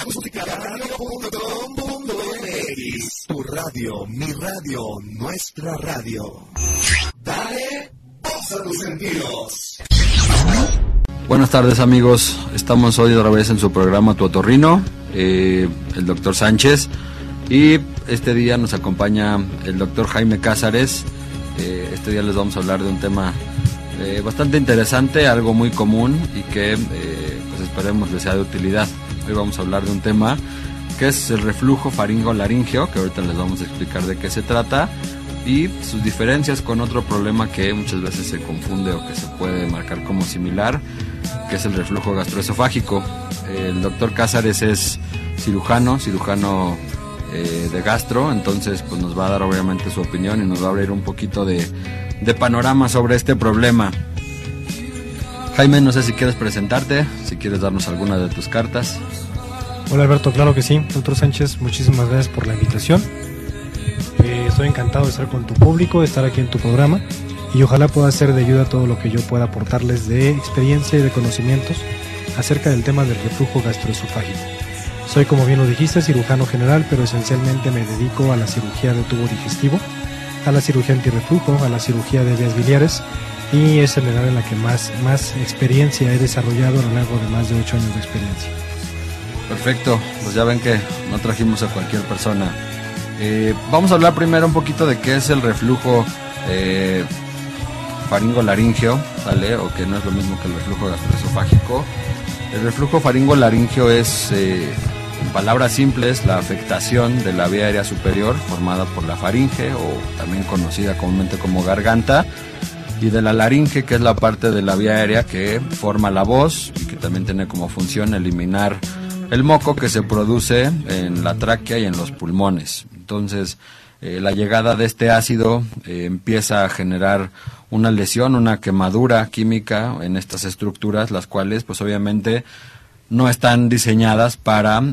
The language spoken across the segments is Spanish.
Radio.com.mx. Tu radio, mi radio, nuestra radio. Dale voz a tus sentidos. Buenas tardes, amigos, estamos hoy otra vez en su programa Tu Otorrino, el doctor Sánchez, y este día nos acompaña el doctor Jaime Cázares. Este día les vamos a hablar de un tema bastante interesante, algo muy común y que pues esperemos les sea de utilidad. Hoy vamos a hablar de un tema que es el reflujo faringolaringio, que ahorita les vamos a explicar de qué se trata y sus diferencias con otro problema que muchas veces se confunde o que se puede marcar como similar, que es el reflujo gastroesofágico. El doctor Cázares es cirujano de gastro, entonces pues nos va a dar obviamente su opinión y nos va a abrir un poquito de panorama sobre este problema. Jaime, no sé si quieres presentarte, si quieres darnos alguna de tus cartas. Hola Alberto, claro que sí. Doctor Sánchez, muchísimas gracias por la invitación. Estoy encantado de estar con tu público, de estar aquí en tu programa y ojalá pueda ser de ayuda todo lo que yo pueda aportarles de experiencia y de conocimientos acerca del tema del reflujo gastroesofágico. Soy, como bien lo dijiste, cirujano general, pero esencialmente me dedico a la cirugía de tubo digestivo, a la cirugía antirreflujo, a la cirugía de vías biliares, y es el área en la que más experiencia he desarrollado a lo largo de más de 8 años de experiencia. Perfecto, pues ya ven que no trajimos a cualquier persona. Vamos a hablar primero un poquito de qué es el reflujo faringolaringio, ¿vale? O que no es lo mismo que el reflujo gastroesofágico. El reflujo faringolaringio es, en palabras simples, la afectación de la vía aérea superior formada por la faringe, o también conocida comúnmente como garganta, y de la laringe, que es la parte de la vía aérea que forma la voz y que también tiene como función eliminar el moco que se produce en la tráquea y en los pulmones. Entonces, la llegada de este ácido empieza a generar una lesión, una quemadura química en estas estructuras, las cuales pues obviamente no están diseñadas para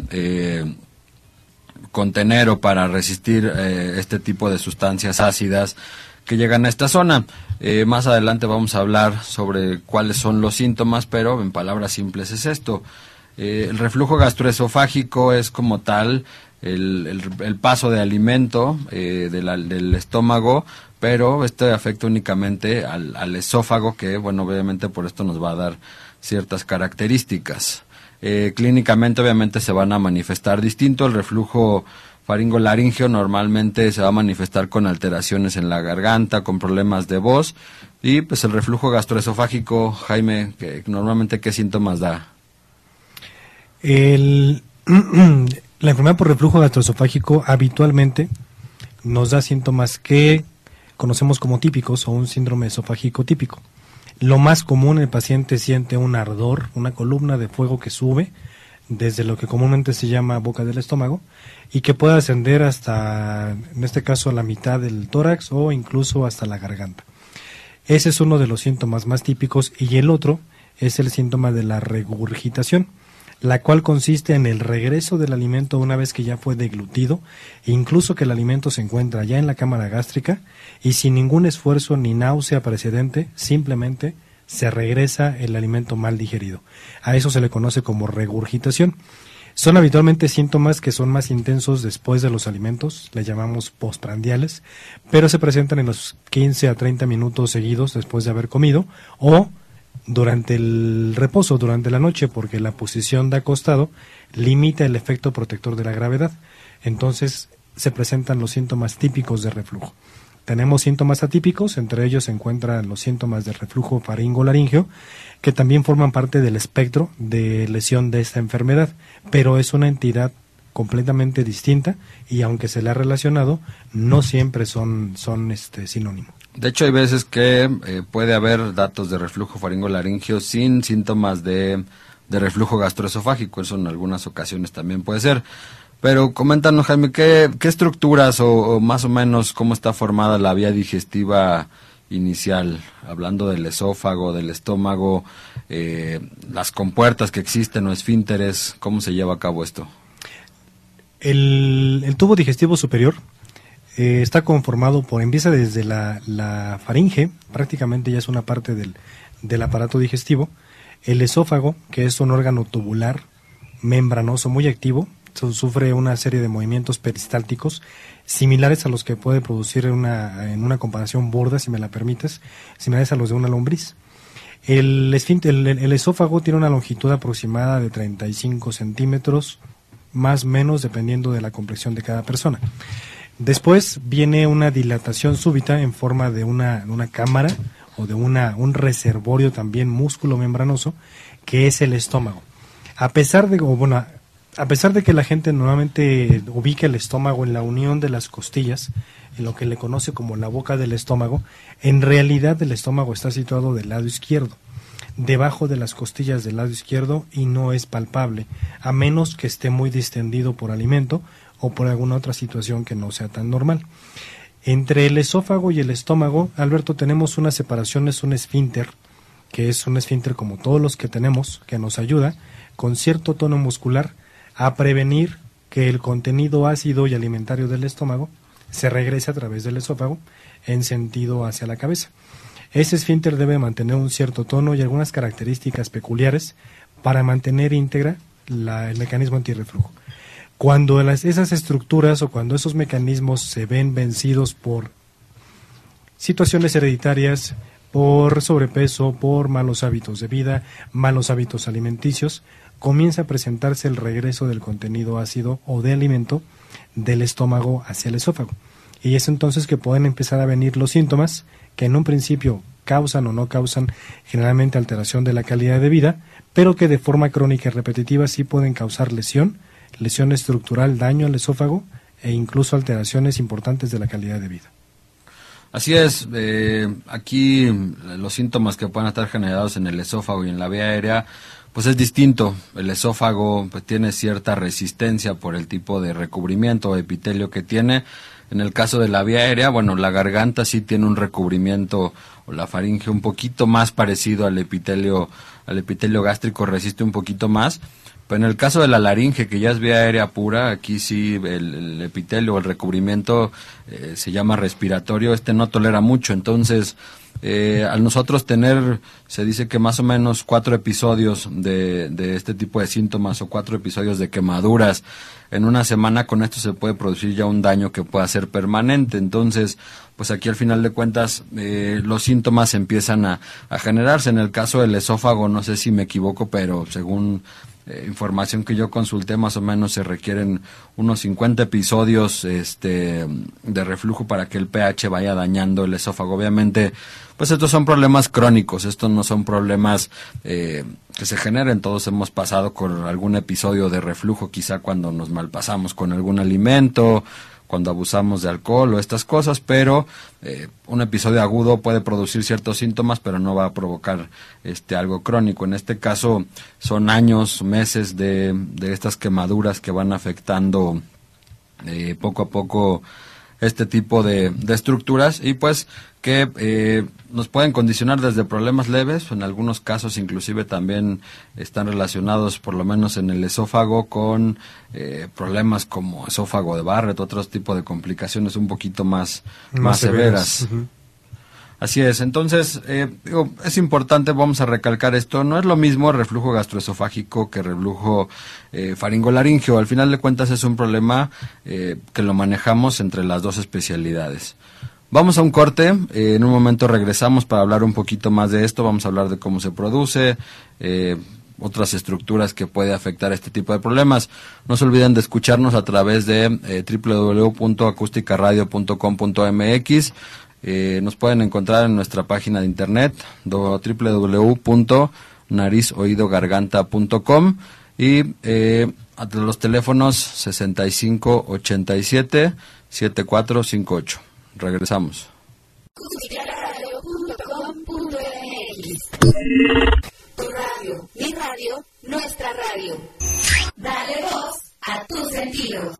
contener o para resistir este tipo de sustancias ácidas que llegan a esta zona. Más adelante vamos a hablar sobre cuáles son los síntomas, pero en palabras simples es esto. El reflujo gastroesofágico es como tal el paso de alimento del estómago, pero este afecta únicamente al esófago, que bueno, obviamente por esto nos va a dar ciertas características. Clínicamente obviamente se van a manifestar distinto. El reflujo faringolaringio normalmente se va a manifestar con alteraciones en la garganta, con problemas de voz, y pues el reflujo gastroesofágico, Jaime, que normalmente ¿qué síntomas da? La enfermedad por reflujo gastroesofágico habitualmente nos da síntomas que conocemos como típicos o un síndrome esofágico típico. Lo más común, el paciente siente un ardor, una columna de fuego que sube desde lo que comúnmente se llama boca del estómago y que puede ascender hasta, en este caso, a la mitad del tórax o incluso hasta la garganta. Ese es uno de los síntomas más típicos, y el otro es el síntoma de la regurgitación, la cual consiste en el regreso del alimento una vez que ya fue deglutido, e incluso que el alimento se encuentra ya en la cámara gástrica y sin ningún esfuerzo ni náusea precedente, simplemente se regresa el alimento mal digerido. A eso se le conoce como regurgitación. Son habitualmente síntomas que son más intensos después de los alimentos, le llamamos postprandiales, pero se presentan en los 15 a 30 minutos seguidos después de haber comido o durante el reposo, durante la noche, porque la posición de acostado limita el efecto protector de la gravedad. Entonces se presentan los síntomas típicos de reflujo. Tenemos síntomas atípicos, entre ellos se encuentran los síntomas de reflujo faringolaringio, que también forman parte del espectro de lesión de esta enfermedad, pero es una entidad completamente distinta y aunque se le ha relacionado, no siempre son sinónimos. De hecho, hay veces que puede haber datos de reflujo faringolaringio sin síntomas de reflujo gastroesofágico. Eso en algunas ocasiones también puede ser. Pero coméntanos, Jaime, ¿qué estructuras o más o menos cómo está formada la vía digestiva inicial? Hablando del esófago, del estómago, las compuertas que existen o esfínteres, ¿cómo se lleva a cabo esto? El tubo digestivo superior está conformado empieza desde la faringe, prácticamente ya es una parte del aparato digestivo, el esófago, que es un órgano tubular membranoso muy activo, sufre una serie de movimientos peristálticos similares a los que puede producir en una comparación burda, si me la permites, similares a los de una lombriz. El esófago tiene una longitud aproximada de 35 centímetros, más o menos, dependiendo de la complexión de cada persona. Después viene una dilatación súbita en forma de una cámara o de un reservorio también músculo membranoso, que es el estómago. A pesar de que la gente normalmente ubica el estómago en la unión de las costillas, en lo que le conoce como la boca del estómago, en realidad el estómago está situado del lado izquierdo, debajo de las costillas del lado izquierdo, y no es palpable, a menos que esté muy distendido por alimento o por alguna otra situación que no sea tan normal. Entre el esófago y el estómago, Alberto, tenemos una separación, es un esfínter, que es un esfínter como todos los que tenemos, que nos ayuda con cierto tono muscular a prevenir que el contenido ácido y alimentario del estómago se regrese a través del esófago en sentido hacia la cabeza. Ese esfínter debe mantener un cierto tono y algunas características peculiares para mantener íntegra el mecanismo antirreflujo. Cuando esas estructuras o cuando esos mecanismos se ven vencidos por situaciones hereditarias, por sobrepeso, por malos hábitos de vida, malos hábitos alimenticios, comienza a presentarse el regreso del contenido ácido o de alimento del estómago hacia el esófago. Y es entonces que pueden empezar a venir los síntomas que en un principio causan o no causan generalmente alteración de la calidad de vida, pero que de forma crónica y repetitiva sí pueden causar lesión estructural, daño al esófago e incluso alteraciones importantes de la calidad de vida. Así es, aquí los síntomas que pueden estar generados en el esófago y en la vía aérea, pues es distinto. El esófago pues tiene cierta resistencia por el tipo de recubrimiento o epitelio que tiene. En el caso de la vía aérea, bueno, la garganta sí tiene un recubrimiento, o la faringe un poquito más parecido al epitelio gástrico, resiste un poquito más. Pero en el caso de la laringe, que ya es vía aérea pura, aquí sí el epitelio o el recubrimiento se llama respiratorio, no tolera mucho. Entonces, al nosotros tener, se dice que más o menos 4 episodios de este tipo de síntomas o 4 episodios de quemaduras en una semana, con esto se puede producir ya un daño que pueda ser permanente. Entonces, pues aquí al final de cuentas los síntomas empiezan a generarse. En el caso del esófago, no sé si me equivoco, pero según información que yo consulté, más o menos se requieren unos 50 episodios de reflujo para que el pH vaya dañando el esófago. Obviamente, pues estos son problemas crónicos, estos no son problemas que se generen. Todos hemos pasado con algún episodio de reflujo, quizá cuando nos malpasamos con algún alimento, cuando abusamos de alcohol o estas cosas, pero un episodio agudo puede producir ciertos síntomas, pero no va a provocar algo crónico. En este caso son años, meses de estas quemaduras que van afectando poco a poco este tipo de estructuras, y pues que nos pueden condicionar desde problemas leves, en algunos casos inclusive también están relacionados, por lo menos en el esófago, con problemas como esófago de Barrett, otros tipos de complicaciones un poquito más severas. Uh-huh. Así es. Entonces, es importante, vamos a recalcar esto, no es lo mismo reflujo gastroesofágico que reflujo faringolaríngeo. Al final de cuentas es un problema que lo manejamos entre las dos especialidades. Vamos a un corte, en un momento regresamos para hablar un poquito más de esto, vamos a hablar de cómo se produce, otras estructuras que puede afectar este tipo de problemas. No se olviden de escucharnos a través de www.acusticaradio.com.mx. Nos pueden encontrar en nuestra página de internet www.narizoidogarganta.com y los teléfonos 6587-7458. Regresamos. Tu radio, mi radio, nuestra radio. Dale voz a tus sentidos.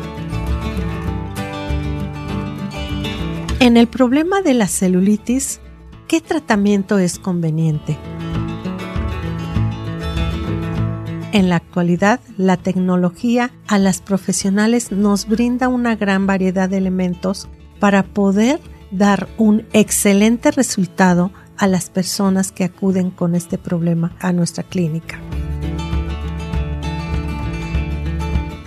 En el problema de la celulitis, ¿qué tratamiento es conveniente? En la actualidad, la tecnología a las profesionales nos brinda una gran variedad de elementos para poder dar un excelente resultado a las personas que acuden con este problema a nuestra clínica.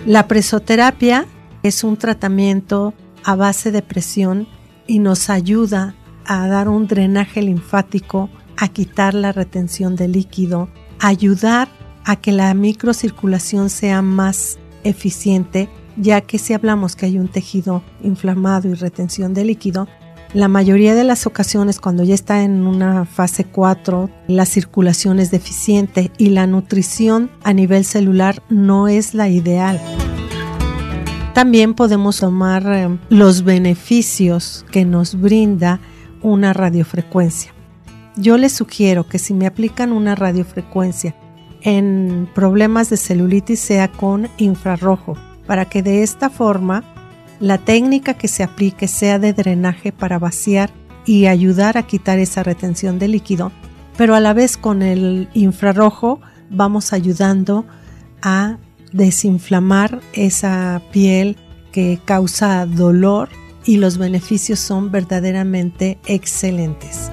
La presoterapia es un tratamiento a base de presión y nos ayuda a dar un drenaje linfático, a quitar la retención de líquido, ayudar a que la microcirculación sea más eficiente, ya que si hablamos que hay un tejido inflamado y retención de líquido, la mayoría de las ocasiones cuando ya está en una fase 4, la circulación es deficiente y la nutrición a nivel celular no es la ideal. También podemos tomar los beneficios que nos brinda una radiofrecuencia. Yo les sugiero que si me aplican una radiofrecuencia en problemas de celulitis sea con infrarrojo, para que de esta forma la técnica que se aplique sea de drenaje para vaciar y ayudar a quitar esa retención de líquido, pero a la vez con el infrarrojo vamos ayudando a desinflamar esa piel que causa dolor y los beneficios son verdaderamente excelentes.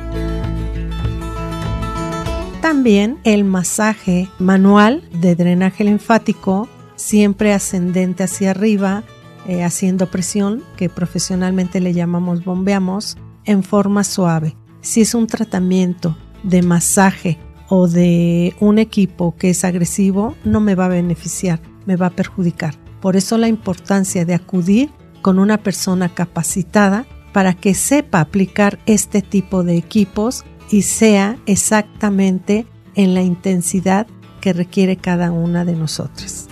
También el masaje manual de drenaje linfático, siempre ascendente hacia arriba, haciendo presión, que profesionalmente le llamamos bombeamos, en forma suave. Si es un tratamiento de masaje o de un equipo que es agresivo, no me va a beneficiar, me va a perjudicar. Por eso la importancia de acudir con una persona capacitada para que sepa aplicar este tipo de equipos y sea exactamente en la intensidad que requiere cada una de nosotras.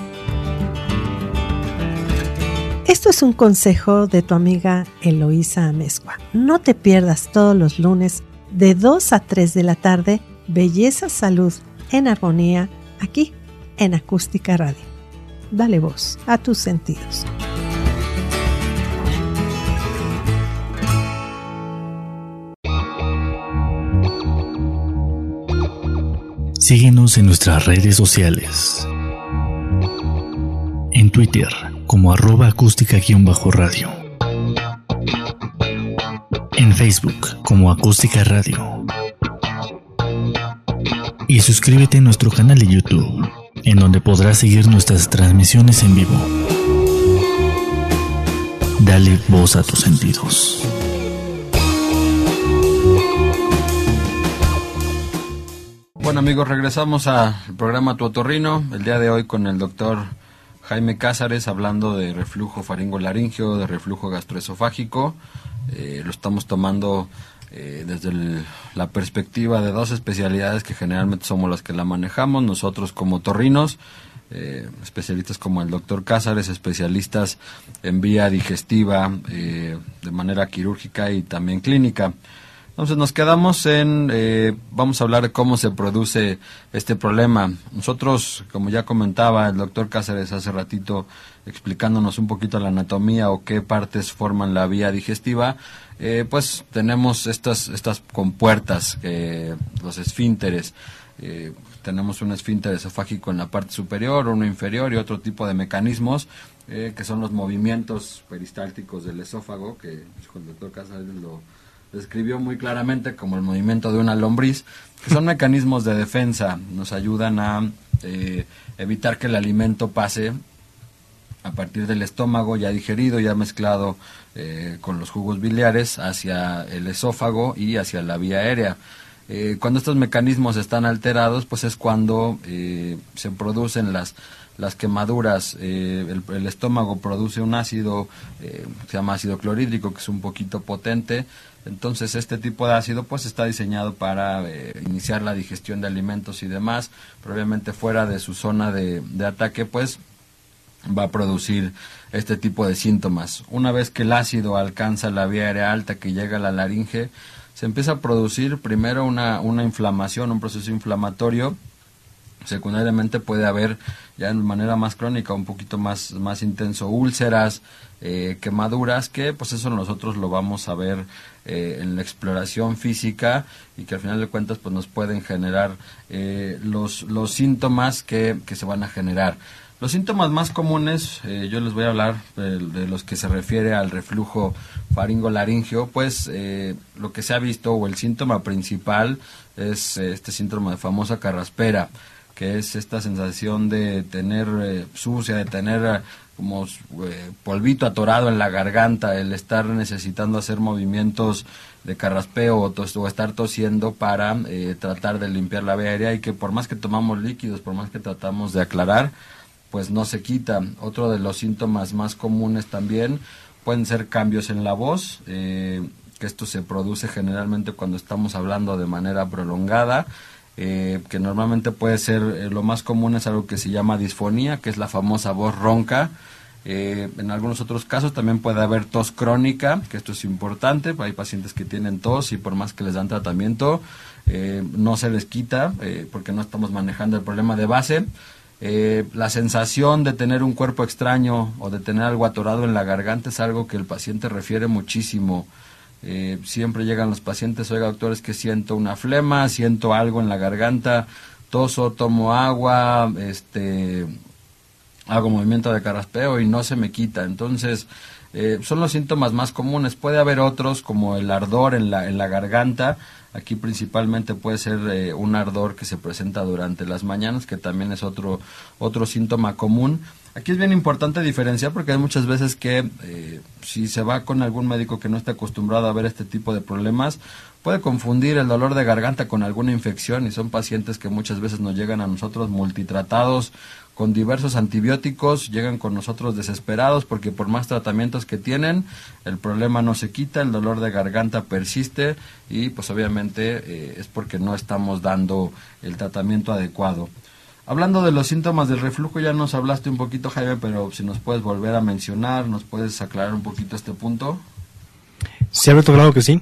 Esto es un consejo de tu amiga Eloísa Amezcua. No te pierdas todos los lunes de 2 a 3 de la tarde Belleza, Salud en Armonía, aquí en Acústica Radio. Dale voz a tus sentidos. Síguenos en nuestras redes sociales. En Twitter como @acústica_radio. En Facebook como Acústica Radio. Y suscríbete a nuestro canal de YouTube, en donde podrás seguir nuestras transmisiones en vivo. Dale voz a tus sentidos. Bueno amigos, regresamos al programa Tu Otorrino, el día de hoy con el doctor Jaime Cázares hablando de reflujo faringolaríngeo, de reflujo gastroesofágico. Lo estamos tomando desde la perspectiva de dos especialidades que generalmente somos las que la manejamos, nosotros como otorrinos, especialistas como el doctor Cázares, especialistas en vía digestiva de manera quirúrgica y también clínica. Entonces nos quedamos vamos a hablar de cómo se produce este problema. Nosotros, como ya comentaba el doctor Cázares hace ratito, explicándonos un poquito la anatomía o qué partes forman la vía digestiva, pues tenemos estas compuertas, los esfínteres. Tenemos un esfínter esofágico en la parte superior, uno inferior y otro tipo de mecanismos que son los movimientos peristálticos del esófago, que el doctor Cázares lo describió muy claramente como el movimiento de una lombriz, que son mecanismos de defensa, nos ayudan a evitar que el alimento pase a partir del estómago ya digerido, ya mezclado con los jugos biliares hacia el esófago y hacia la vía aérea. Cuando estos mecanismos están alterados, pues es cuando se producen las quemaduras. El estómago produce un ácido, se llama ácido clorhídrico, que es un poquito potente. Entonces este tipo de ácido pues está diseñado para iniciar la digestión de alimentos y demás, pero obviamente fuera de su zona de ataque pues va a producir este tipo de síntomas. Una vez que el ácido alcanza la vía aérea alta que llega a la laringe, se empieza a producir primero una inflamación, un proceso inflamatorio. Secundariamente puede haber ya de manera más crónica, un poquito más intenso, úlceras, quemaduras, que pues eso nosotros lo vamos a ver en la exploración física y que al final de cuentas pues nos pueden generar los síntomas que se van a generar. Los síntomas más comunes, yo les voy a hablar de los que se refiere al reflujo faringolaríngeo, pues lo que se ha visto o el síntoma principal es este síndrome de famosa carraspera. que es esta sensación de tener sucia, de tener como polvito atorado en la garganta, el estar necesitando hacer movimientos de carraspeo o estar tosiendo para tratar de limpiar la vía aérea, y que por más que tomamos líquidos, por más que tratamos de aclarar, pues no se quita. Otro de los síntomas más comunes también pueden ser cambios en la voz, que esto se produce generalmente cuando estamos hablando de manera prolongada, que normalmente puede ser, lo más común es algo que se llama disfonía, que es la famosa voz ronca. En algunos otros casos también puede haber tos crónica, que esto es importante. Hay pacientes que tienen tos y por más que les dan tratamiento, no se les quita, porque no estamos manejando el problema de base. La sensación de tener un cuerpo extraño o de tener algo atorado en la garganta es algo que el paciente refiere muchísimo. Siempre llegan los pacientes: oiga, doctor, es que siento una flema, siento algo en la garganta, toso, tomo agua, hago movimiento de carraspeo y no se me quita. Entonces, son los síntomas más comunes. Puede haber otros, como el ardor en la garganta. Aquí principalmente puede ser un ardor que se presenta durante las mañanas, que también es otro síntoma común. Aquí es bien importante diferenciar, porque hay muchas veces que si se va con algún médico que no está acostumbrado a ver este tipo de problemas, puede confundir el dolor de garganta con alguna infección, y son pacientes que muchas veces nos llegan a nosotros multitratados, con diversos antibióticos, llegan con nosotros desesperados porque por más tratamientos que tienen, el problema no se quita, el dolor de garganta persiste, y pues obviamente es porque no estamos dando el tratamiento adecuado. Hablando de los síntomas del reflujo, ya nos hablaste un poquito, Jaime, pero si nos puedes volver a mencionar, nos puedes aclarar un poquito este punto. Sí, Alberto, claro que sí.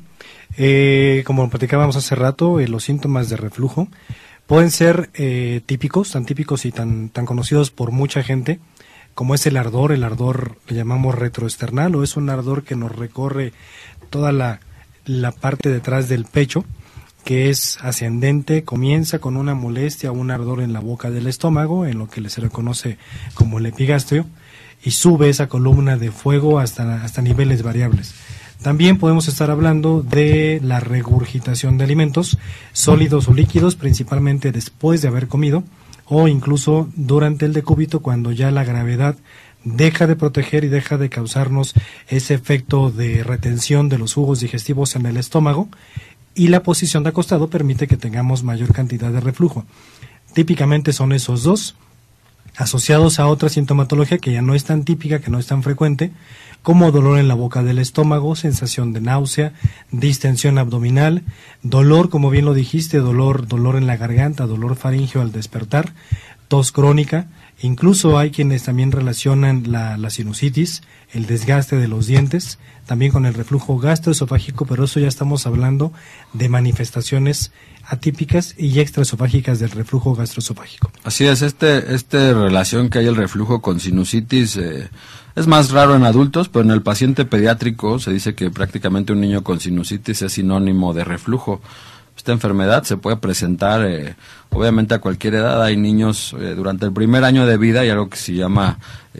Como platicábamos hace rato, los síntomas de reflujo pueden ser típicos, tan típicos y tan conocidos por mucha gente, como es el ardor le llamamos retroesternal, o es un ardor que nos recorre toda la parte detrás del pecho, que es ascendente, comienza con una molestia o un ardor en la boca del estómago, en lo que se le conoce como el epigastrio, y sube esa columna de fuego hasta niveles variables. También podemos estar hablando de la regurgitación de alimentos sólidos o líquidos, principalmente después de haber comido, o incluso durante el decúbito, cuando ya la gravedad deja de proteger y deja de causarnos ese efecto de retención de los jugos digestivos en el estómago, y la posición de acostado permite que tengamos mayor cantidad de reflujo. Típicamente son esos dos, asociados a otra sintomatología que ya no es tan típica, que no es tan frecuente, como dolor en la boca del estómago, sensación de náusea, distensión abdominal, dolor, como bien lo dijiste, dolor en la garganta, dolor faríngeo al despertar, tos crónica. Incluso hay quienes también relacionan la sinusitis, el desgaste de los dientes, también con el reflujo gastroesofágico, pero eso ya estamos hablando de manifestaciones atípicas y extraesofágicas del reflujo gastroesofágico. Así es, esta relación que hay el reflujo con sinusitis es más raro en adultos, pero en el paciente pediátrico se dice que prácticamente un niño con sinusitis es sinónimo de reflujo. Esta enfermedad se puede presentar obviamente a cualquier edad. Hay niños durante el primer año de vida, hay algo que se llama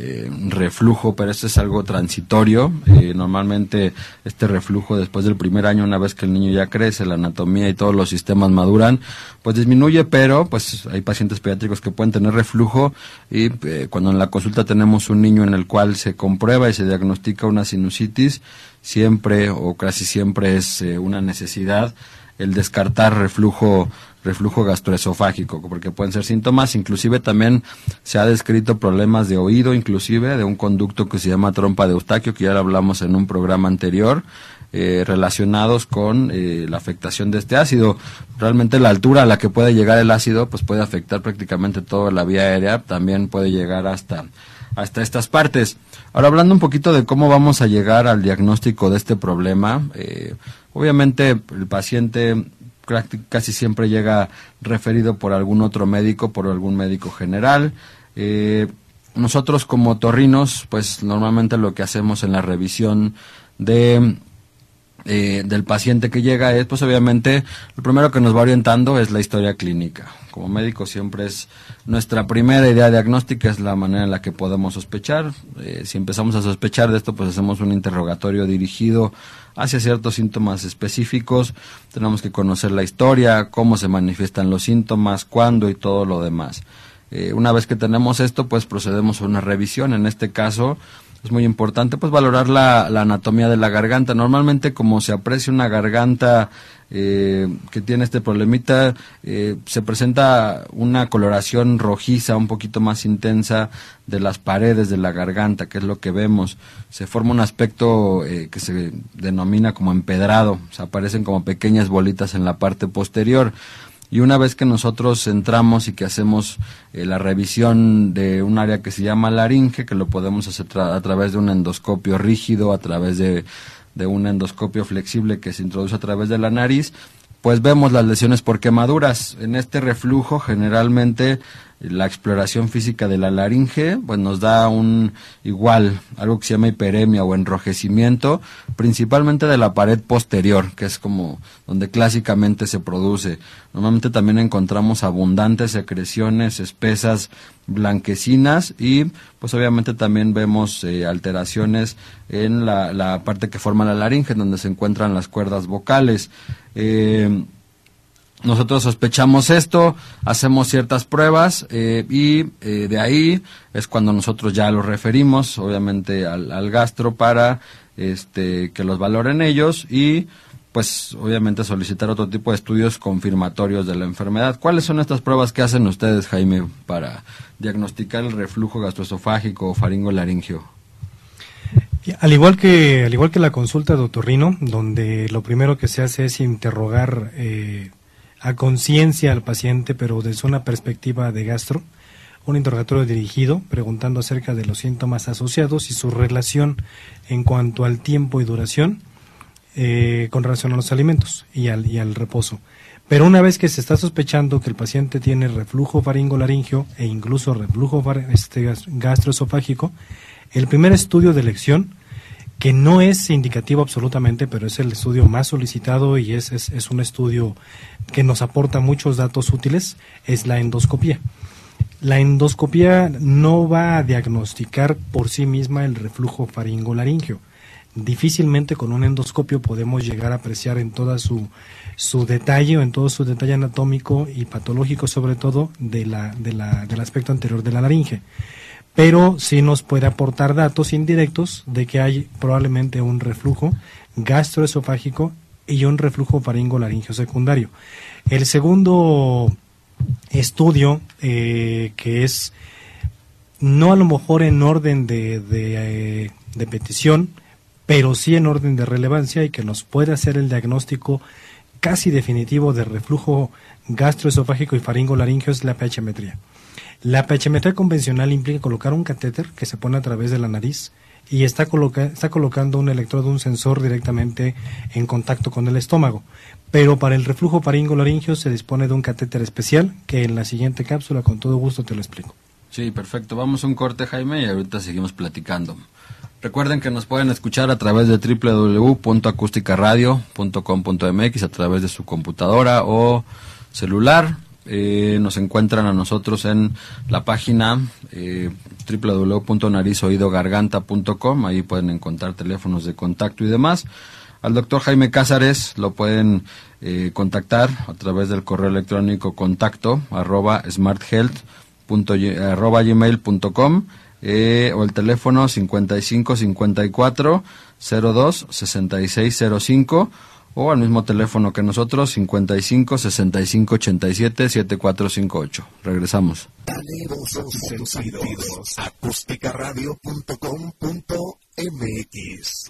reflujo, pero esto es algo transitorio. Normalmente este reflujo después del primer año, una vez que el niño ya crece, la anatomía y todos los sistemas maduran, pues disminuye, pero pues hay pacientes pediátricos que pueden tener reflujo, y cuando en la consulta tenemos un niño en el cual se comprueba y se diagnostica una sinusitis, siempre o casi siempre es una necesidad el descartar reflujo gastroesofágico, porque pueden ser síntomas. Inclusive también se ha descrito problemas de oído, inclusive de un conducto que se llama trompa de Eustaquio, que ya lo hablamos en un programa anterior, relacionados con la afectación de este ácido. Realmente la altura a la que puede llegar el ácido pues puede afectar prácticamente toda la vía aérea, también puede llegar hasta estas partes. Ahora, hablando un poquito de cómo vamos a llegar al diagnóstico de este problema, obviamente el paciente casi siempre llega referido por algún otro médico, por algún médico general. Nosotros como otorrinos, pues normalmente lo que hacemos en la revisión de del paciente que llega es, pues obviamente, lo primero que nos va orientando es la historia clínica. Como médico siempre es nuestra primera idea diagnóstica, es la manera en la que podemos sospechar. Si empezamos a sospechar de esto, pues hacemos un interrogatorio dirigido hacia ciertos síntomas específicos. Tenemos que conocer la historia, cómo se manifiestan los síntomas, cuándo y todo lo demás. Una vez que tenemos esto, pues procedemos a una revisión. En este caso es muy importante pues valorar la anatomía de la garganta. Normalmente, como se aprecia una garganta que tiene este problemita, se presenta una coloración rojiza un poquito más intensa de las paredes de la garganta, que es lo que vemos. Se forma un aspecto que se denomina como empedrado, o sea, aparecen como pequeñas bolitas en la parte posterior. Y una vez que nosotros entramos y que hacemos la revisión de un área que se llama laringe, que lo podemos hacer a través de un endoscopio rígido, a través de un endoscopio flexible que se introduce a través de la nariz, pues vemos las lesiones por quemaduras. En este reflujo, generalmente, la exploración física de la laringe pues nos da algo que se llama hiperemia o enrojecimiento, principalmente de la pared posterior, que es como donde clásicamente se produce. Normalmente también encontramos abundantes secreciones espesas blanquecinas y pues obviamente también vemos alteraciones en la parte que forma la laringe, donde se encuentran las cuerdas vocales. Nosotros sospechamos esto, hacemos ciertas pruebas y de ahí es cuando nosotros ya lo referimos, obviamente, al gastro para que los valoren ellos y pues obviamente solicitar otro tipo de estudios confirmatorios de la enfermedad. ¿Cuáles son estas pruebas que hacen ustedes, Jaime, para diagnosticar el reflujo gastroesofágico o faringolaringio? Al igual que la consulta de otorrino, donde lo primero que se hace es interrogar a conciencia al paciente, pero desde una perspectiva de gastro, un interrogatorio dirigido, preguntando acerca de los síntomas asociados y su relación en cuanto al tiempo y duración con relación a los alimentos y al reposo. Pero una vez que se está sospechando que el paciente tiene reflujo faringolaringio e incluso reflujo gastroesofágico, el primer estudio de elección, que no es indicativo absolutamente, pero es el estudio más solicitado y es un estudio que nos aporta muchos datos útiles, es la endoscopía. La endoscopía no va a diagnosticar por sí misma el reflujo faringolaringio. Difícilmente con un endoscopio podemos llegar a apreciar en toda su detalle o en todo su detalle anatómico y patológico, sobre todo del aspecto anterior de la laringe. Pero sí nos puede aportar datos indirectos de que hay probablemente un reflujo gastroesofágico y un reflujo faringolaringio secundario. El segundo estudio, que es no a lo mejor en orden de petición, pero sí en orden de relevancia y que nos puede hacer el diagnóstico casi definitivo de reflujo gastroesofágico y faringolaringio, es la pHmetría. La pHmetría convencional implica colocar un catéter que se pone a través de la nariz y está colocando un electrodo, un sensor directamente en contacto con el estómago. Pero para el reflujo faringolaringio se dispone de un catéter especial que en la siguiente cápsula con todo gusto te lo explico. Sí, perfecto. Vamos a un corte, Jaime, y ahorita seguimos platicando. Recuerden que nos pueden escuchar a través de www.acusticaradio.com.mx, a través de su computadora o celular. Nos encuentran a nosotros en la página www.narizoidogarganta.com. Ahí pueden encontrar teléfonos de contacto y demás. Al doctor Jaime Cázares lo pueden contactar a través del correo electrónico contacto @smarthealth@gmail.com o el teléfono 5554 02 6605 o al mismo teléfono que nosotros, 55 65 87 7458. Regresamos. Dale voz a tus sentidos. acusticaradio.com.mx.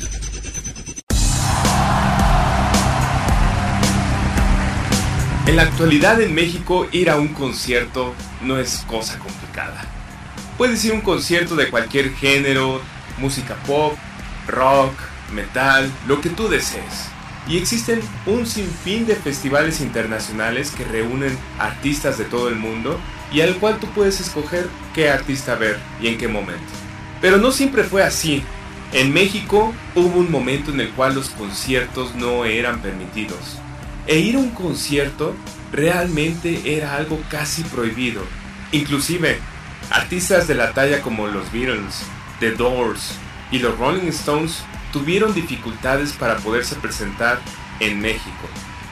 En la actualidad en México, ir a un concierto no es cosa complicada. Puedes ir a un concierto de cualquier género, música pop, rock, metal, lo que tú desees. Y existen un sinfín de festivales internacionales que reúnen artistas de todo el mundo y al cual tú puedes escoger qué artista ver y en qué momento. Pero no siempre fue así. En México hubo un momento en el cual los conciertos no eran permitidos. E ir a un concierto realmente era algo casi prohibido. Inclusive, artistas de la talla como los Beatles, The Doors y los Rolling Stones tuvieron dificultades para poderse presentar en México.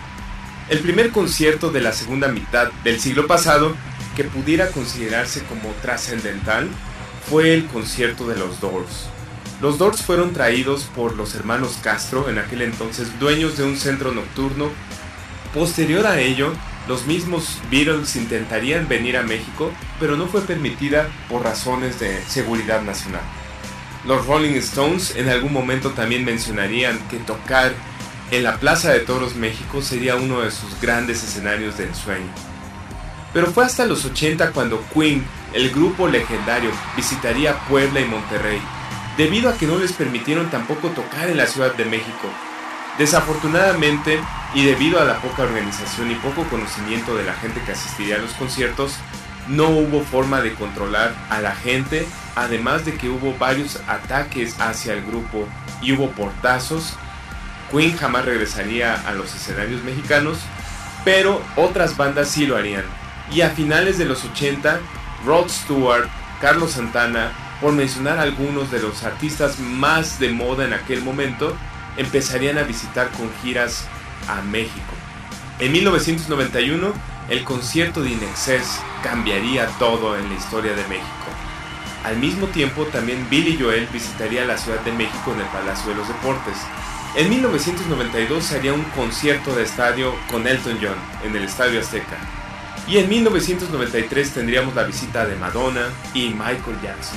El primer concierto de la segunda mitad del siglo pasado que pudiera considerarse como trascendental fue el concierto de los Doors. Los Doors fueron traídos por los hermanos Castro, en aquel entonces dueños de un centro nocturno. Posterior a ello, los mismos Beatles intentarían venir a México, pero no fue permitida por razones de seguridad nacional. Los Rolling Stones en algún momento también mencionarían que tocar en la Plaza de Toros México sería uno de sus grandes escenarios de ensueño. Pero fue hasta los 80 cuando Queen, el grupo legendario, visitaría Puebla y Monterrey, debido a que no les permitieron tampoco tocar en la Ciudad de México. Desafortunadamente, y debido a la poca organización y poco conocimiento de la gente que asistiría a los conciertos, no hubo forma de controlar a la gente, además de que hubo varios ataques hacia el grupo y hubo portazos. Queen jamás regresaría a los escenarios mexicanos, pero otras bandas sí lo harían. Y a finales de los 80, Rod Stewart, Carlos Santana, por mencionar algunos de los artistas más de moda en aquel momento, empezarían a visitar con giras a México. En 1991, el concierto de In Excess cambiaría todo en la historia de México. Al mismo tiempo, también Billy Joel visitaría la Ciudad de México en el Palacio de los Deportes. En 1992 se haría un concierto de estadio con Elton John en el Estadio Azteca. Y en 1993 tendríamos la visita de Madonna y Michael Jackson.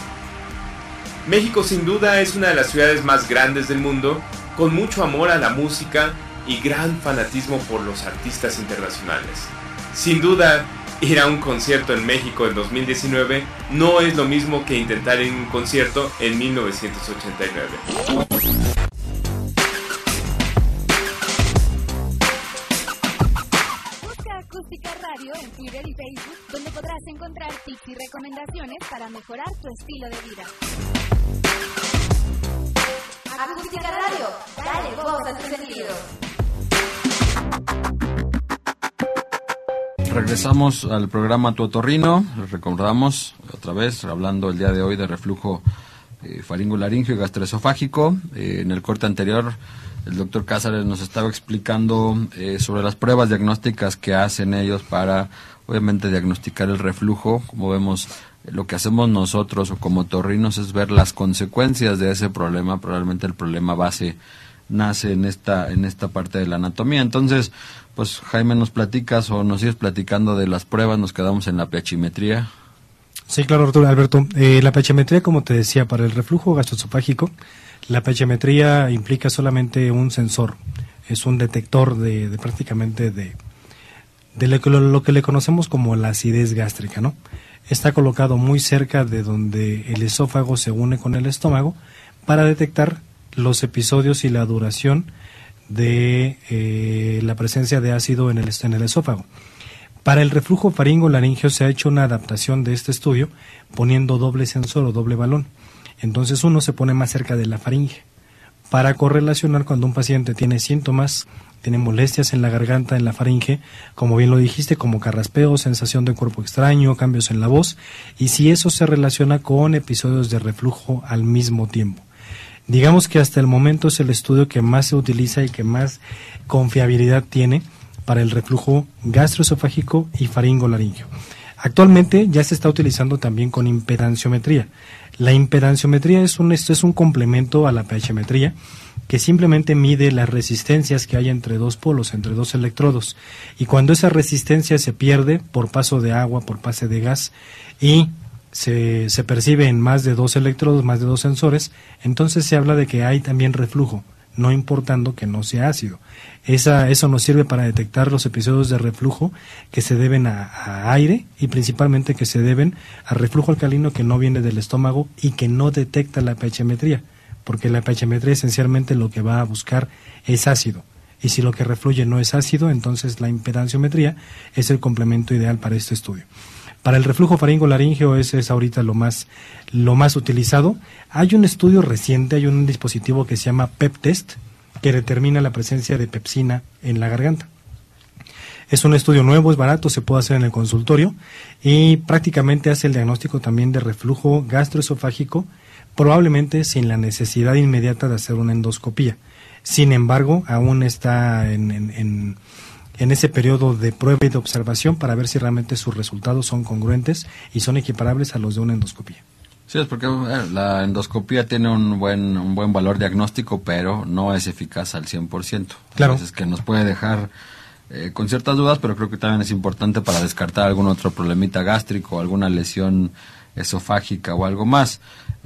México sin duda es una de las ciudades más grandes del mundo, con mucho amor a la música y gran fanatismo por los artistas internacionales. Sin duda, ir a un concierto en México en 2019 no es lo mismo que intentar ir a un concierto en 1989. Acústica Radio en Twitter y Facebook, donde podrás encontrar tips y recomendaciones para mejorar tu estilo de vida. Acústica Radio, dale voz a tus sentidos. Regresamos al programa Tu Otorrino. Les recordamos otra vez, hablando el día de hoy de reflujo faringolaringio y gastroesofágico. En el corte anterior, el doctor Cázares nos estaba explicando sobre las pruebas diagnósticas que hacen ellos para, obviamente, diagnosticar el reflujo. Como vemos, lo que hacemos nosotros o como otorrinos es ver las consecuencias de ese problema. Probablemente el problema base nace en esta parte de la anatomía. Entonces, pues Jaime, nos platicas o nos sigues platicando de las pruebas. Nos quedamos en la pH-metría. Sí, claro, Alberto. La pH-metría, como te decía, para el reflujo gastroesofágico, la pH-metría implica solamente un sensor, es un detector de prácticamente de lo que le conocemos como la acidez gástrica, ¿no? Está colocado muy cerca de donde el esófago se une con el estómago para detectar los episodios y la duración de la presencia de ácido en el esófago. Para el reflujo faringolaringio se ha hecho una adaptación de este estudio poniendo doble sensor o doble balón. Entonces uno se pone más cerca de la faringe para correlacionar cuando un paciente tiene síntomas, tiene molestias en la garganta, en la faringe, como bien lo dijiste, como carraspeo, sensación de cuerpo extraño, cambios en la voz, y si eso se relaciona con episodios de reflujo al mismo tiempo. Digamos que hasta el momento es el estudio que más se utiliza y que más confiabilidad tiene para el reflujo gastroesofágico y faringolaringio. Actualmente ya se está utilizando también con impedanciometría. La impedanciometría es un complemento a la pH-metría que simplemente mide las resistencias que hay entre dos polos, entre dos electrodos. Y cuando esa resistencia se pierde por paso de agua, por pase de gas y se percibe en más de dos electrodos, más de dos sensores, entonces se habla de que hay también reflujo, no importando que no sea ácido. Eso nos sirve para detectar los episodios de reflujo que se deben a aire y principalmente que se deben a reflujo alcalino que no viene del estómago y que no detecta la pH-metría, porque la pH-metría esencialmente lo que va a buscar es ácido. Y si lo que refluye no es ácido, entonces la impedanciometría es el complemento ideal para este estudio. Para el reflujo faringolaríngeo ese es ahorita lo más utilizado. Hay un estudio reciente, hay un dispositivo que se llama PEP-Test, que determina la presencia de pepsina en la garganta. Es un estudio nuevo, es barato, se puede hacer en el consultorio y prácticamente hace el diagnóstico también de reflujo gastroesofágico, probablemente sin la necesidad inmediata de hacer una endoscopía. Sin embargo, aún está en ese periodo de prueba y de observación para ver si realmente sus resultados son congruentes y son equiparables a los de una endoscopía. Sí, es porque la endoscopía tiene un buen valor diagnóstico, pero no es eficaz al 100%. Claro. Entonces, que nos puede dejar con ciertas dudas, pero creo que también es importante para descartar algún otro problemita gástrico, alguna lesión esofágica o algo más.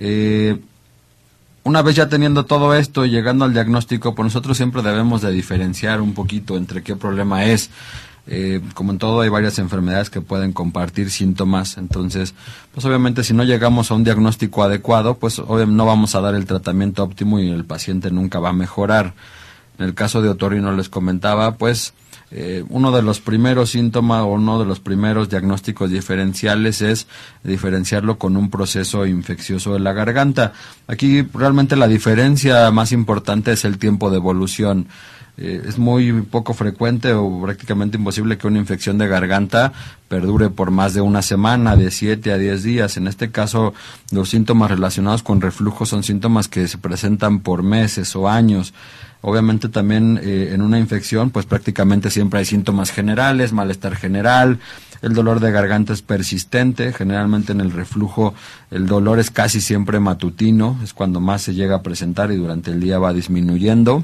Una vez ya teniendo todo esto y llegando al diagnóstico, pues nosotros siempre debemos de diferenciar un poquito entre qué problema es. Como en todo, hay varias enfermedades que pueden compartir síntomas, entonces, pues obviamente si no llegamos a un diagnóstico adecuado, pues obviamente no vamos a dar el tratamiento óptimo y el paciente nunca va a mejorar. En el caso de otorrino les comentaba, pues uno de los primeros síntomas o uno de los primeros diagnósticos diferenciales es diferenciarlo con un proceso infeccioso de la garganta. Aquí realmente la diferencia más importante es el tiempo de evolución. Es muy poco frecuente o prácticamente imposible que una infección de garganta perdure por más de una semana, de 7 a 10 días. En este caso, los síntomas relacionados con reflujo son síntomas que se presentan por meses o años. Obviamente también en una infección, pues prácticamente siempre hay síntomas generales, malestar general, el dolor de garganta es persistente, generalmente en el reflujo el dolor es casi siempre matutino, es cuando más se llega a presentar y durante el día va disminuyendo.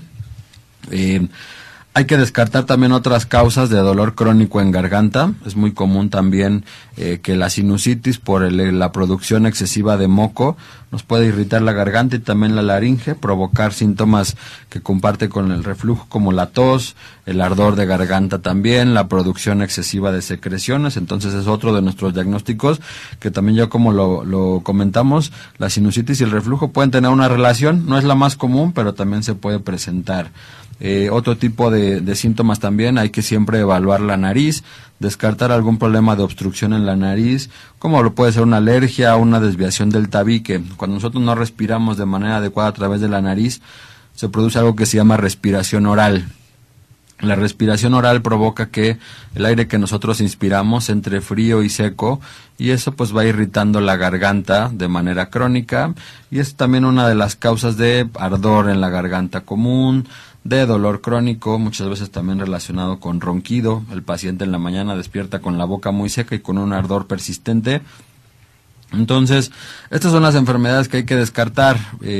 Hay que descartar también otras causas de dolor crónico en garganta. Es muy común también que la sinusitis por la producción excesiva de moco nos puede irritar la garganta y también la laringe, provocar síntomas que comparte con el reflujo como la tos, el ardor de garganta también, la producción excesiva de secreciones. Entonces es otro de nuestros diagnósticos que también ya como lo comentamos, la sinusitis y el reflujo pueden tener una relación, no es la más común, pero también se puede presentar. Otro tipo de síntomas también, hay que siempre evaluar la nariz, descartar algún problema de obstrucción en la nariz, como lo puede ser una alergia o una desviación del tabique. Cuando nosotros no respiramos de manera adecuada a través de la nariz, se produce algo que se llama respiración oral. La respiración oral provoca que el aire que nosotros inspiramos entre frío y seco y eso pues va irritando la garganta de manera crónica y es también una de las causas de ardor en la garganta común, de dolor crónico, muchas veces también relacionado con ronquido. El paciente en la mañana despierta con la boca muy seca y con un ardor persistente. Entonces, estas son las enfermedades que hay que descartar.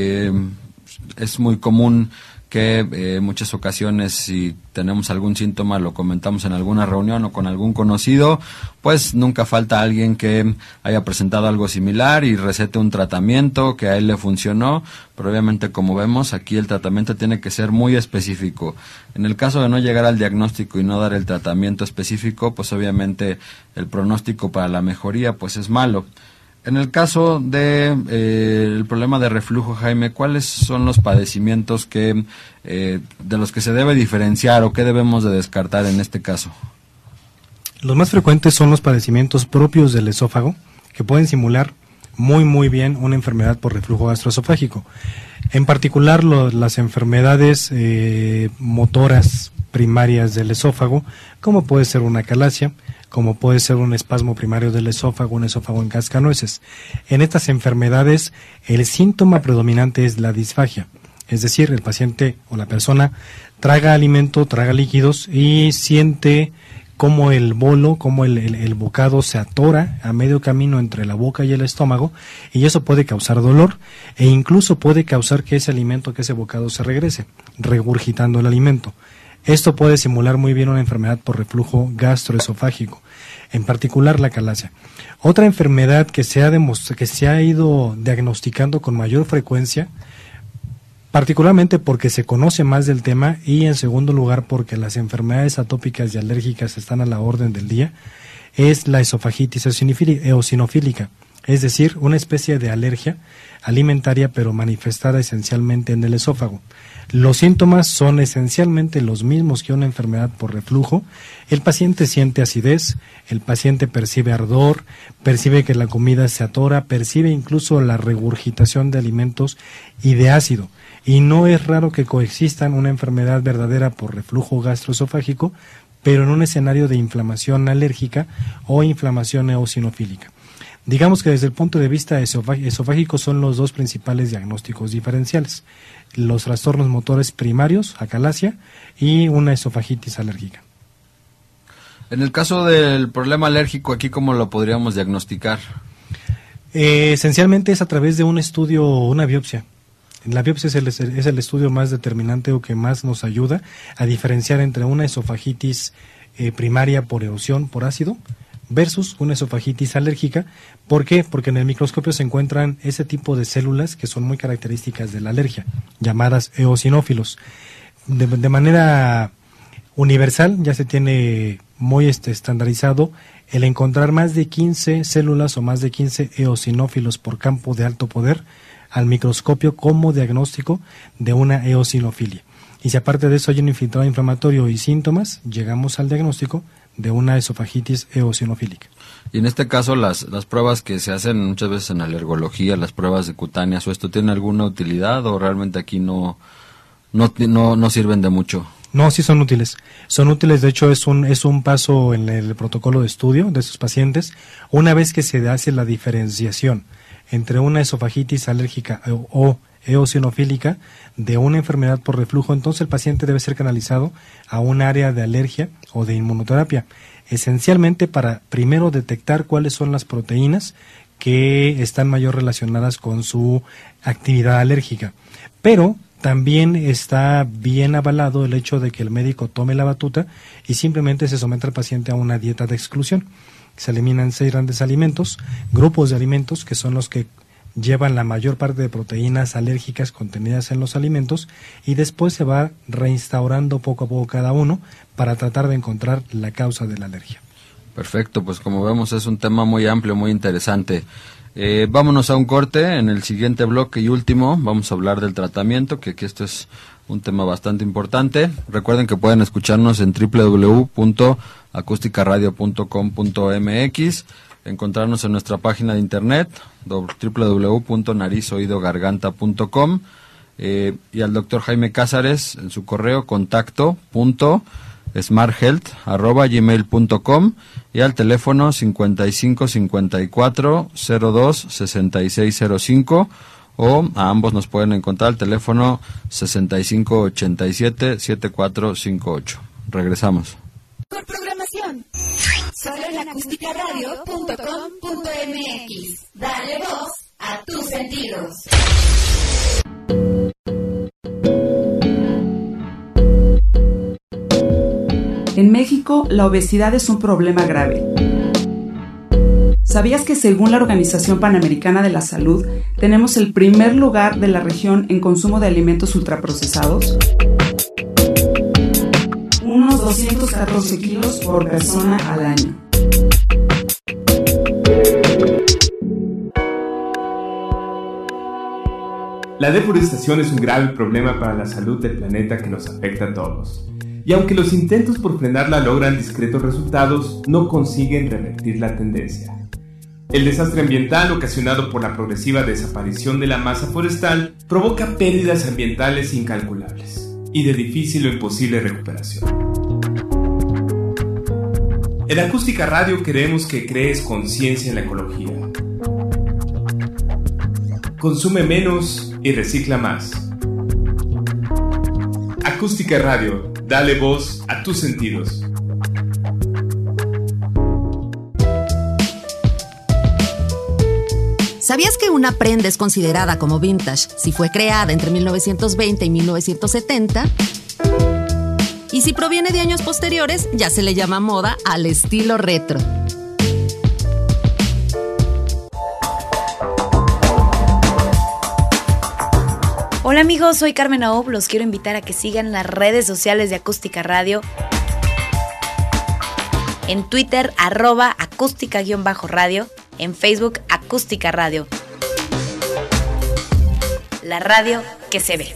Es muy común que en muchas ocasiones si tenemos algún síntoma lo comentamos en alguna reunión o con algún conocido, pues nunca falta alguien que haya presentado algo similar y recete un tratamiento que a él le funcionó, pero obviamente como vemos aquí el tratamiento tiene que ser muy específico. En el caso de no llegar al diagnóstico y no dar el tratamiento específico, pues obviamente el pronóstico para la mejoría pues es malo. En el caso de el problema de reflujo, Jaime, ¿cuáles son los padecimientos que de los que se debe diferenciar o qué debemos de descartar en este caso? Los más frecuentes son los padecimientos propios del esófago, que pueden simular muy bien una enfermedad por reflujo gastroesofágico. En particular las enfermedades motoras primarias del esófago, como puede ser una acalasia, como puede ser un espasmo primario del esófago, un esófago en cascanueces. En estas enfermedades el síntoma predominante es la disfagia, es decir, el paciente o la persona traga alimento, traga líquidos y siente como el bolo, como el bocado se atora a medio camino entre la boca y el estómago y eso puede causar dolor e incluso puede causar que ese alimento, que ese bocado se regrese, regurgitando el alimento. Esto puede simular muy bien una enfermedad por reflujo gastroesofágico, en particular la acalasia. Otra enfermedad que se ha ido diagnosticando con mayor frecuencia, particularmente porque se conoce más del tema y en segundo lugar porque las enfermedades atópicas y alérgicas están a la orden del día, es la esofagitis eosinofílica. es decir, una especie de alergia alimentaria pero manifestada esencialmente en el esófago. Los síntomas son esencialmente los mismos que una enfermedad por reflujo. El paciente siente acidez, el paciente percibe ardor, percibe que la comida se atora, percibe incluso la regurgitación de alimentos y de ácido. Y no es raro que coexistan una enfermedad verdadera por reflujo gastroesofágico, pero en un escenario de inflamación alérgica o inflamación eosinofílica. Digamos que desde el punto de vista esofágico son los dos principales diagnósticos diferenciales: los trastornos motores primarios, acalasia, y una esofagitis alérgica. En el caso del problema alérgico, ¿aquí cómo lo podríamos diagnosticar? Esencialmente es a través de un estudio, una biopsia. La biopsia es el estudio más determinante o que más nos ayuda a diferenciar entre una esofagitis primaria por erosión por ácido versus una esofagitis alérgica. ¿Por qué? Porque en el microscopio se encuentran ese tipo de células que son muy características de la alergia, llamadas eosinófilos. De manera universal ya se tiene muy estandarizado el encontrar más de 15 células o más de 15 eosinófilos por campo de alto poder al microscopio como diagnóstico de una eosinofilia. Y si aparte de eso hay un infiltrado inflamatorio y síntomas, llegamos al diagnóstico de una esofagitis eosinofílica. Y en este caso las pruebas que se hacen muchas veces en alergología, las pruebas de cutáneas, ¿o esto tiene alguna utilidad o realmente aquí no sirven de mucho? No, sí son útiles. Son útiles, de hecho es un paso en el protocolo de estudio de estos pacientes. Una vez que se hace la diferenciación entre una esofagitis alérgica o eosinofílica de una enfermedad por reflujo, entonces el paciente debe ser canalizado a un área de alergia o de inmunoterapia, esencialmente para primero detectar cuáles son las proteínas que están mayor relacionadas con su actividad alérgica. Pero también está bien avalado el hecho de que el médico tome la batuta y simplemente se someta al paciente a una dieta de exclusión. Se eliminan 6 grandes alimentos, grupos de alimentos que son los que llevan la mayor parte de proteínas alérgicas contenidas en los alimentos, y después se va reinstaurando poco a poco cada uno para tratar de encontrar la causa de la alergia. Perfecto, pues como vemos es un tema muy amplio, muy interesante. Vámonos a un corte. En el siguiente bloque y último vamos a hablar del tratamiento, que esto es un tema bastante importante. Recuerden que pueden escucharnos en www.acusticaradio.com.mx, encontrarnos en nuestra página de internet www.narizoidogarganta.com, y al doctor Jaime Cázares en su correo contacto.smarthealth@gmail.com y al teléfono 5554-02-6605, o a ambos nos pueden encontrar al teléfono 6587-7458. Regresamos. Por programación, solo en acusticaradio.com.mx. Dale voz a tus sentidos. En México, la obesidad es un problema grave. ¿Sabías que según la Organización Panamericana de la Salud, tenemos el primer lugar de la región en consumo de alimentos ultraprocesados? Unos 214 kilos por persona al año. La deforestación es un grave problema para la salud del planeta que nos afecta a todos. Y aunque los intentos por frenarla logran discretos resultados, no consiguen revertir la tendencia. El desastre ambiental ocasionado por la progresiva desaparición de la masa forestal provoca pérdidas ambientales incalculables y de difícil o imposible recuperación. En Acústica Radio queremos que crees conciencia en la ecología. Consume menos y recicla más. Acústica Radio, dale voz a tus sentidos. ¿Sabías que una prenda es considerada como vintage si fue creada entre 1920 y 1970? Y si proviene de años posteriores, ya se le llama moda al estilo retro. Hola amigos, soy Carmen Aob, los quiero invitar a que sigan las redes sociales de Acústica Radio. En Twitter, @acústica_radio, en Facebook Acústica Radio. La radio que se ve.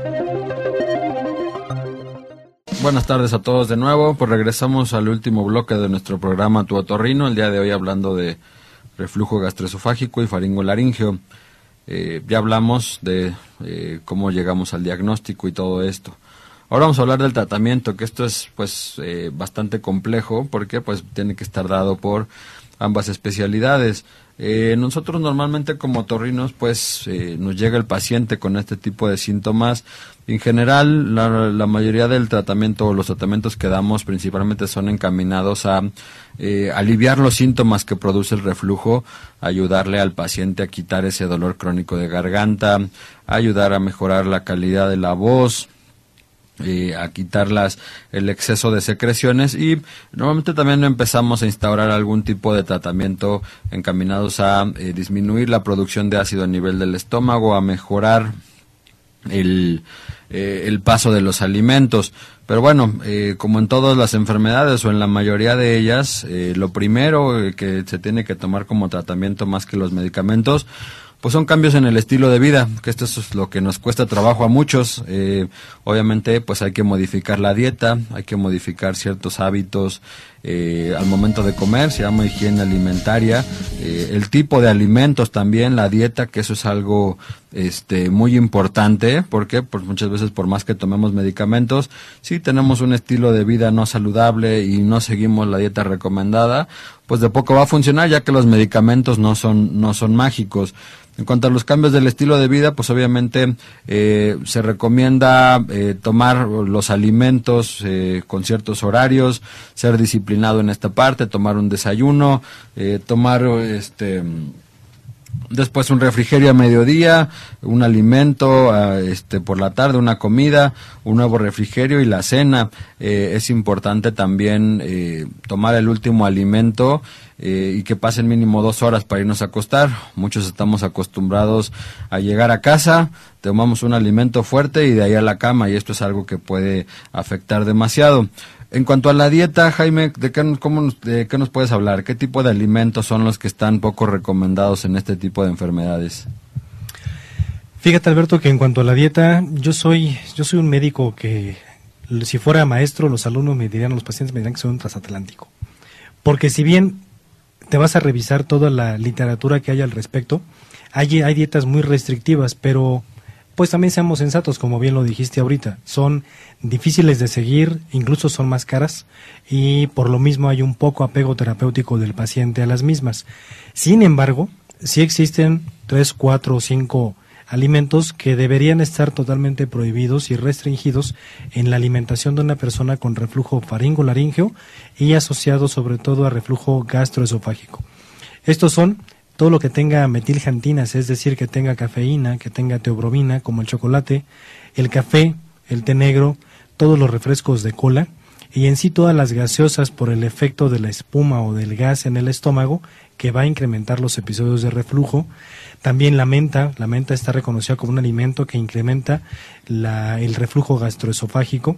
Buenas tardes a todos de nuevo, pues regresamos al último bloque de nuestro programa Tu Otorrino, el día de hoy hablando de reflujo gastroesofágico y faringolaríngeo. Ya hablamos de cómo llegamos al diagnóstico y todo esto. Ahora vamos a hablar del tratamiento, que esto es bastante complejo porque pues tiene que estar dado por ambas especialidades. Nosotros normalmente como otorrinos nos llega el paciente con este tipo de síntomas. En general la mayoría del tratamiento o los tratamientos que damos principalmente son encaminados a aliviar los síntomas que produce el reflujo, ayudarle al paciente a quitar ese dolor crónico de garganta, ayudar a mejorar la calidad de la voz, a quitar el exceso de secreciones, y normalmente también empezamos a instaurar algún tipo de tratamiento encaminados a disminuir la producción de ácido a nivel del estómago, a mejorar el paso de los alimentos. Pero bueno, como en todas las enfermedades o en la mayoría de ellas, lo primero que se tiene que tomar como tratamiento más que los medicamentos pues son cambios en el estilo de vida, que esto es lo que nos cuesta trabajo a muchos. Obviamente pues hay que modificar la dieta, hay que modificar ciertos hábitos al momento de comer, se llama higiene alimentaria, el tipo de alimentos también, la dieta, que eso es algo muy importante, porque pues muchas veces por más que tomemos medicamentos, si tenemos un estilo de vida no saludable y no seguimos la dieta recomendada, pues de poco va a funcionar, ya que los medicamentos no son mágicos. En cuanto a los cambios del estilo de vida, pues obviamente se recomienda tomar los alimentos con ciertos horarios, ser disciplinado en esta parte, tomar un desayuno, tomar después un refrigerio a mediodía, un alimento por la tarde, una comida, un nuevo refrigerio y la cena. Es importante también tomar el último alimento y que pasen mínimo 2 horas para irnos a acostar. Muchos estamos acostumbrados a llegar a casa, tomamos un alimento fuerte y de ahí a la cama, y esto es algo que puede afectar demasiado. En cuanto a la dieta, Jaime, ¿de qué nos puedes hablar? ¿Qué tipo de alimentos son los que están poco recomendados en este tipo de enfermedades? Fíjate, Alberto, que en cuanto a la dieta, yo soy un médico que, si fuera maestro, los alumnos los pacientes me dirán que soy un transatlántico. Porque si bien te vas a revisar toda la literatura que hay al respecto, hay dietas muy restrictivas, pero pues también seamos sensatos, como bien lo dijiste ahorita, son difíciles de seguir, incluso son más caras, y por lo mismo hay un poco apego terapéutico del paciente a las mismas. Sin embargo, sí existen 3, 4 o 5 alimentos que deberían estar totalmente prohibidos y restringidos en la alimentación de una persona con reflujo faringolaríngeo y asociado sobre todo a reflujo gastroesofágico. Estos son todo lo que tenga metilxantinas, es decir, que tenga cafeína, que tenga teobromina, como el chocolate, el café, el té negro, todos los refrescos de cola, y en sí todas las gaseosas por el efecto de la espuma o del gas en el estómago, que va a incrementar los episodios de reflujo. También la menta está reconocida como un alimento que incrementa el reflujo gastroesofágico.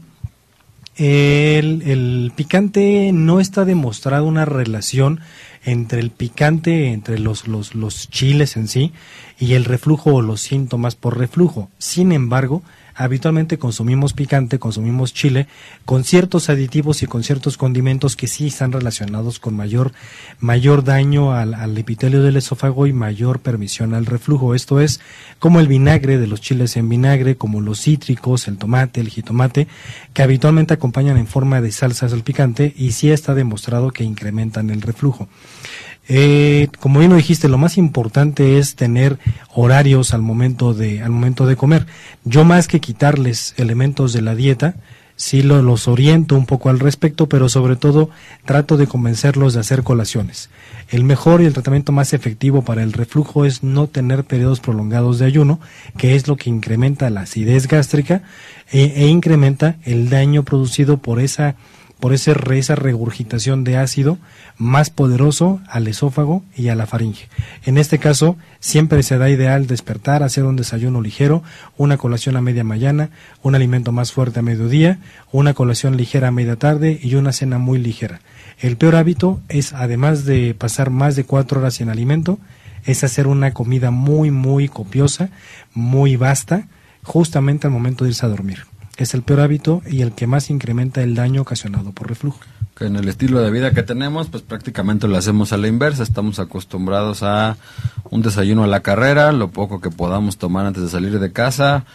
El picante, no está demostrada una relación entre el picante, entre los chiles en sí, y el reflujo o los síntomas por reflujo. Sin embargo, habitualmente consumimos picante, consumimos chile, con ciertos aditivos y con ciertos condimentos que sí están relacionados con mayor daño al epitelio del esófago y mayor permisión al reflujo. Esto es como el vinagre de los chiles en vinagre, como los cítricos, el tomate, el jitomate, que habitualmente acompañan en forma de salsas al picante y sí está demostrado que incrementan el reflujo. Como bien lo dijiste, lo más importante es tener horarios al momento de comer. Yo, más que quitarles elementos de la dieta, sí los oriento un poco al respecto, pero sobre todo trato de convencerlos de hacer colaciones. El mejor y el tratamiento más efectivo para el reflujo es no tener periodos prolongados de ayuno, que es lo que incrementa la acidez gástrica e incrementa el daño producido por por esa regurgitación de ácido más poderoso al esófago y a la faringe. En este caso, siempre se da ideal despertar, hacer un desayuno ligero, una colación a media mañana, un alimento más fuerte a mediodía, una colación ligera a media tarde y una cena muy ligera. El peor hábito es, además de pasar más de 4 horas sin alimento, es hacer una comida muy, muy copiosa, muy vasta, justamente al momento de irse a dormir. Es el peor hábito y el que más incrementa el daño ocasionado por reflujo. Que en el estilo de vida que tenemos, pues prácticamente lo hacemos a la inversa. Estamos acostumbrados a un desayuno a la carrera, lo poco que podamos tomar antes de salir de casa.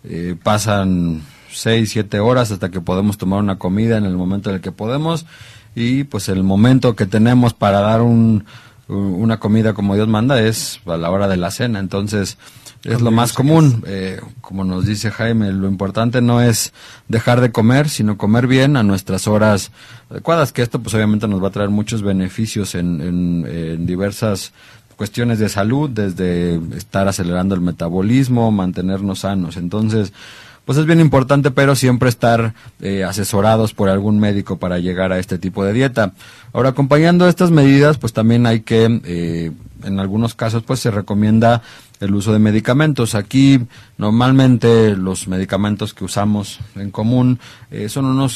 Pasan 6-7 horas hasta que podemos tomar una comida en el momento en el que podemos. Y pues el momento que tenemos para dar una comida como Dios manda es a la hora de la cena. Entonces es lo más común. Como nos dice Jaime, lo importante no es dejar de comer, sino comer bien a nuestras horas adecuadas, que esto pues obviamente nos va a traer muchos beneficios en diversas cuestiones de salud, desde estar acelerando el metabolismo, mantenernos sanos. Entonces pues es bien importante, pero siempre estar asesorados por algún médico para llegar a este tipo de dieta. Ahora, acompañando estas medidas, pues también hay que, en algunos casos, pues se recomienda el uso de medicamentos. Aquí, normalmente, los medicamentos que usamos en común son unos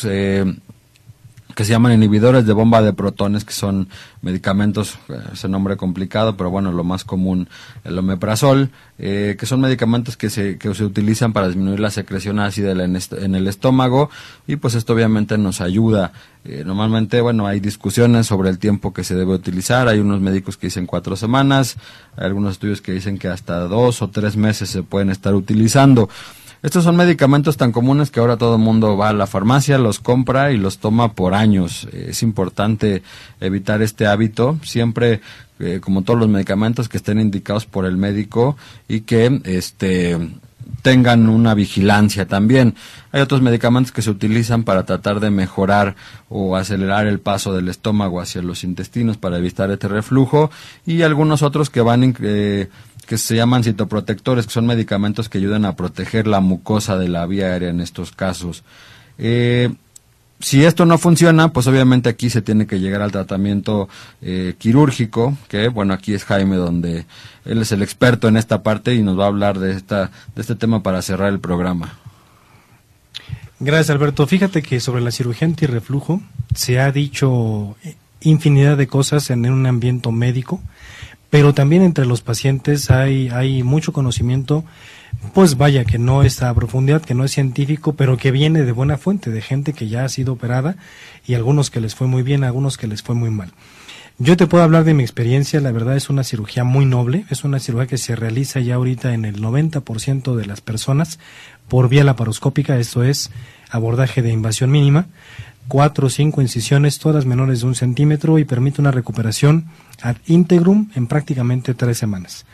que se llaman inhibidores de bomba de protones, que son medicamentos, ese nombre complicado, pero bueno, lo más común, el omeprazol, que son medicamentos que se utilizan para disminuir la secreción ácida en el estómago, y pues esto obviamente nos ayuda. Normalmente, bueno, hay discusiones sobre el tiempo que se debe utilizar. Hay unos médicos que dicen 4 semanas, hay algunos estudios que dicen que hasta 2 o 3 meses se pueden estar utilizando. Estos son medicamentos tan comunes que ahora todo el mundo va a la farmacia, los compra y los toma por años. Es importante evitar este hábito, siempre, como todos los medicamentos, que estén indicados por el médico y que tengan una vigilancia también. Hay otros medicamentos que se utilizan para tratar de mejorar o acelerar el paso del estómago hacia los intestinos para evitar este reflujo, y algunos otros que van que se llaman citoprotectores, que son medicamentos que ayudan a proteger la mucosa de la vía aérea en estos casos. Si esto no funciona, pues obviamente aquí se tiene que llegar al tratamiento quirúrgico, que bueno, aquí es Jaime, donde él es el experto en esta parte y nos va a hablar de este tema para cerrar el programa. Gracias, Alberto. Fíjate que sobre la cirugía antirreflujo se ha dicho infinidad de cosas en un ambiente médico, pero también entre los pacientes hay mucho conocimiento, pues vaya, que no está a profundidad, que no es científico, pero que viene de buena fuente, de gente que ya ha sido operada, y algunos que les fue muy bien, algunos que les fue muy mal. Yo te puedo hablar de mi experiencia. La verdad es una cirugía muy noble, es una cirugía que se realiza ya ahorita en el 90% de las personas por vía laparoscópica, esto es abordaje de invasión mínima, 4 o 5 incisiones, todas menores de 1 centímetro, y permite una recuperación ad integrum en prácticamente 3 semanas.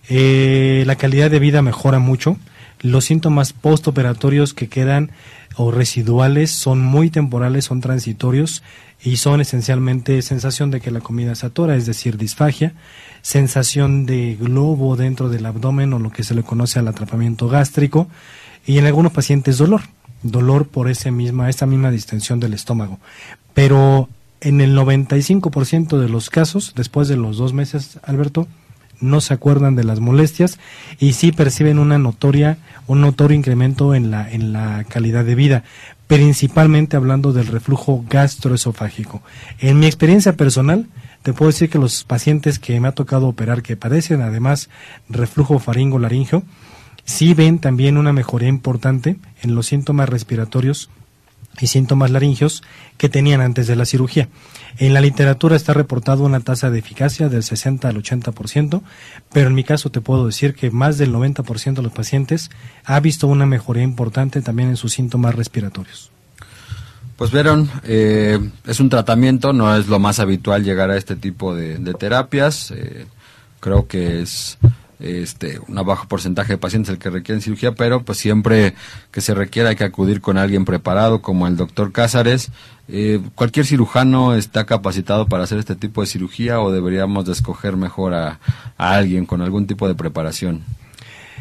La calidad de vida mejora mucho. Los síntomas postoperatorios que quedan o residuales son muy temporales, son transitorios, y son esencialmente sensación de que la comida se atora, es decir, disfagia, sensación de globo dentro del abdomen, o lo que se le conoce al atrapamiento gástrico, y en algunos pacientes dolor por esta misma distensión del estómago. Pero en el 95% de los casos, después de los 2 meses, Alberto, no se acuerdan de las molestias y sí perciben un notorio incremento en la calidad de vida, principalmente hablando del reflujo gastroesofágico. En mi experiencia personal, te puedo decir que los pacientes que me ha tocado operar, que padecen además reflujo faringo-laringeo, sí ven también una mejoría importante en los síntomas respiratorios y síntomas laringeos que tenían antes de la cirugía. En la literatura está reportado una tasa de eficacia del 60 al 80%, pero en mi caso te puedo decir que más del 90% de los pacientes ha visto una mejoría importante también en sus síntomas respiratorios. Pues vieron, es un tratamiento, no es lo más habitual llegar a este tipo de terapias. Creo que es un bajo porcentaje de pacientes el que requieren cirugía, pero pues siempre que se requiera hay que acudir con alguien preparado como el doctor Cázares. ¿Cualquier cirujano está capacitado para hacer este tipo de cirugía, o deberíamos de escoger mejor a alguien con algún tipo de preparación?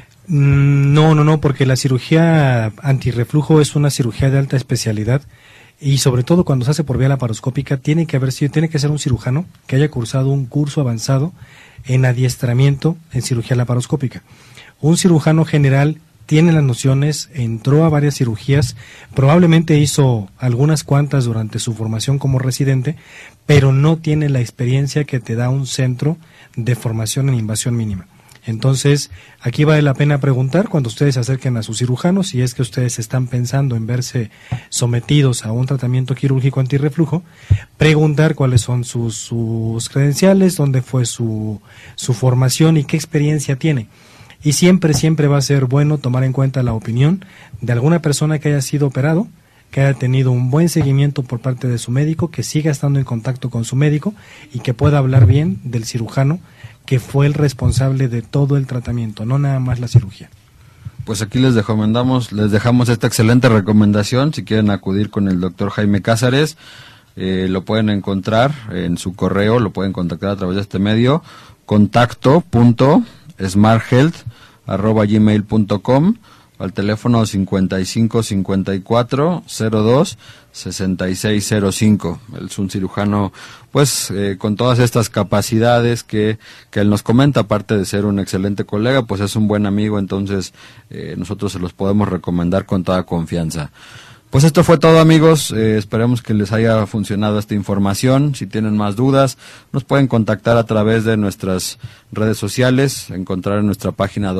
No, porque la cirugía antirreflujo es una cirugía de alta especialidad y sobre todo cuando se hace por vía laparoscópica tiene que ser un cirujano que haya cursado un curso avanzado en adiestramiento en cirugía laparoscópica. Un cirujano general tiene las nociones, entró a varias cirugías, probablemente hizo algunas cuantas durante su formación como residente, pero no tiene la experiencia que te da un centro de formación en invasión mínima. Entonces, aquí vale la pena preguntar cuando ustedes se acerquen a sus cirujanos, si es que ustedes están pensando en verse sometidos a un tratamiento quirúrgico antirreflujo, preguntar cuáles son sus credenciales, dónde fue su formación y qué experiencia tiene. Y siempre va a ser bueno tomar en cuenta la opinión de alguna persona que haya sido operado, que haya tenido un buen seguimiento por parte de su médico, que siga estando en contacto con su médico y que pueda hablar bien del cirujano que fue el responsable de todo el tratamiento, no nada más la cirugía. Pues aquí les dejamos esta excelente recomendación. Si quieren acudir con el doctor Jaime Cázares, lo pueden encontrar en su correo, lo pueden contactar a través de este medio, contacto.smarthealth@gmail.com, al teléfono 55 54 02 6605. Él es un cirujano pues con todas estas capacidades que él nos comenta, aparte de ser un excelente colega, pues es un buen amigo, entonces nosotros se los podemos recomendar con toda confianza. Pues esto fue todo, amigos. Esperemos que les haya funcionado esta información. Si tienen más dudas, nos pueden contactar a través de nuestras redes sociales, encontrar en nuestra página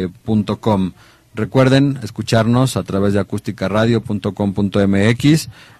www.narizoidogarganta.com. Recuerden escucharnos a través de acusticaradio.com.mx,